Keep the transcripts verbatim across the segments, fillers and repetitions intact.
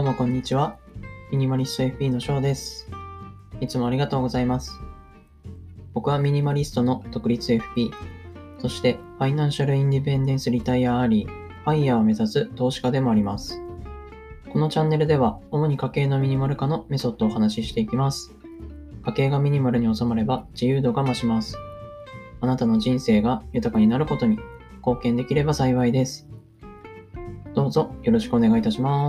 もこんにちは。ミニマリスト エフピー の翔です。いつもありがとうございます。僕はミニマリストの独立 エフピー、そしてファイナンシャルインディペンデンスリタイアアーリー、ファイヤーを目指す投資家でもあります。このチャンネルでは主に家計のミニマル化のメソッドをお話ししていきます。家計がミニマルに収まれば自由度が増します。あなたの人生が豊かになることに貢献できれば幸いです。どうぞよろしくお願いいたします。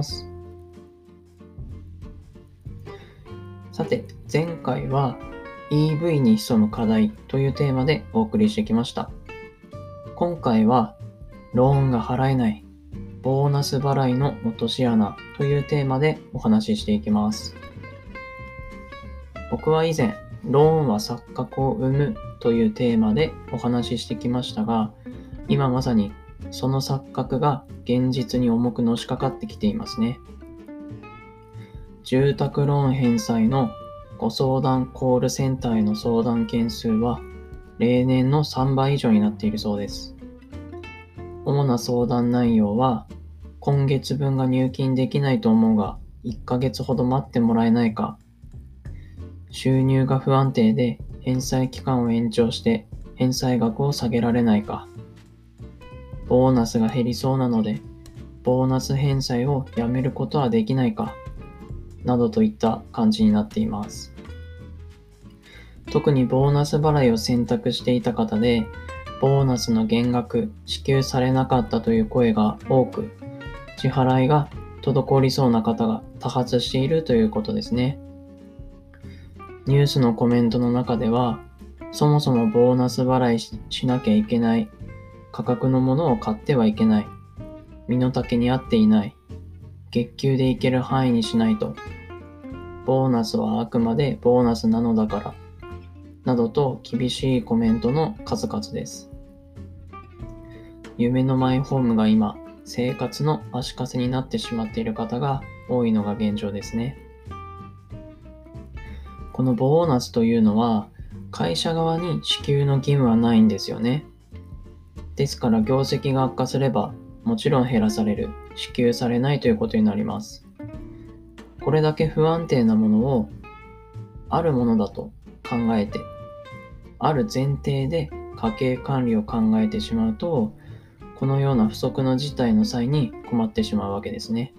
さて、前回は イーブイ に潜む課題というテーマでお送りしてきました。今回はローンが払えない、ボーナス払いの落とし穴というテーマでお話ししていきます。僕は以前、ローンは錯覚を生むというテーマでお話ししてきましたが、今まさにその錯覚が現実に重くのしかかってきていますね。住宅ローン返済のご相談コールセンターへの相談件数は例年のさんばい以上になっているそうです。主な相談内容は、今月分が入金できないと思うがいっかげつほど待ってもらえないか、収入が不安定で返済期間を延長して返済額を下げられないか、ボーナスが減りそうなのでボーナス返済をやめることはできないか、などといった感じになっています。特にボーナス払いを選択していた方で、ボーナスの減額、支給されなかったという声が多く、支払いが滞りそうな方が多発しているということですね。ニュースのコメントの中では、そもそもボーナス払い し, しなきゃいけない、価格のものを買ってはいけない、身の丈に合っていない、月給でいける範囲にしないと、ボーナスはあくまでボーナスなのだから、などと厳しいコメントの数々です。夢のマイホームが今、生活の足かせになってしまっている方が多いのが現状ですね。このボーナスというのは、会社側に支給の義務はないんですよね。ですから業績が悪化すれば、もちろん減らされる、支給されないということになります。これだけ不安定なものをあるものだと考えて、ある前提で家計管理を考えてしまうと、このような不測の事態の際に困ってしまうわけですね。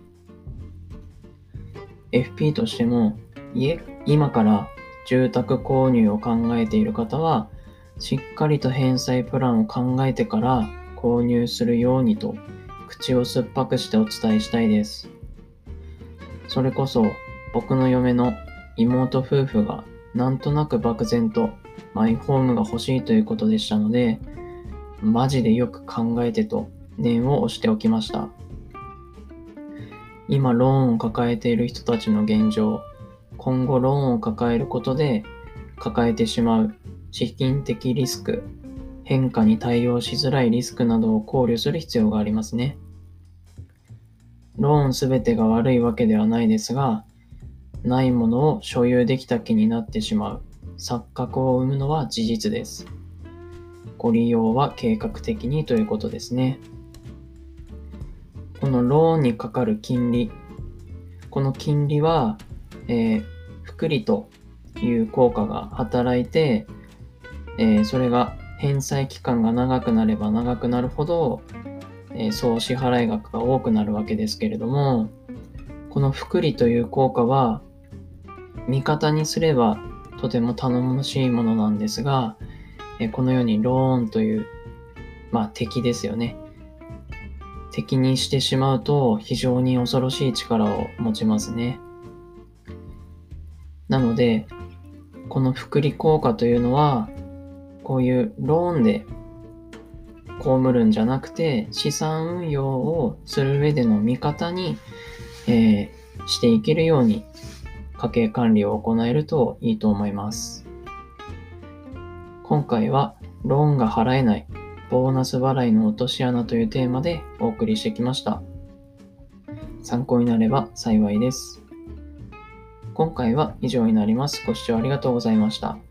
エフピー としても、家、今から住宅購入を考えている方は、しっかりと返済プランを考えてから購入するようにと、口を酸っぱくしてお伝えしたいです。それこそ僕の嫁の妹夫婦がなんとなく漠然とマイホームが欲しいということでしたので、マジでよく考えてと念を押しておきました。今ローンを抱えている人たちの現状、今後ローンを抱えることで抱えてしまう資金的リスク、変化に対応しづらいリスクなどを考慮する必要がありますね。ローンすべてが悪いわけではないですが、ないものを所有できた気になってしまう錯覚を生むのは事実です。ご利用は計画的にということですね。このローンにかかる金利、この金利は、えー、複利という効果が働いて、えー、それが返済期間が長くなれば長くなるほど、えー、総支払い額が多くなるわけですけれども、この複利という効果は味方にすればとても頼もしいものなんですが、えこのようにローンという、まあ敵ですよね。敵にしてしまうと非常に恐ろしい力を持ちますね。なので、この複利効果というのは、こういうローンで被るんじゃなくて、資産運用をする上での味方に、えー、していけるように、家計管理を行えるといいと思います。今回はローンが払えない、ボーナス払いの落とし穴というテーマでお送りしてきました。参考になれば幸いです。今回は以上になります。ご視聴ありがとうございました。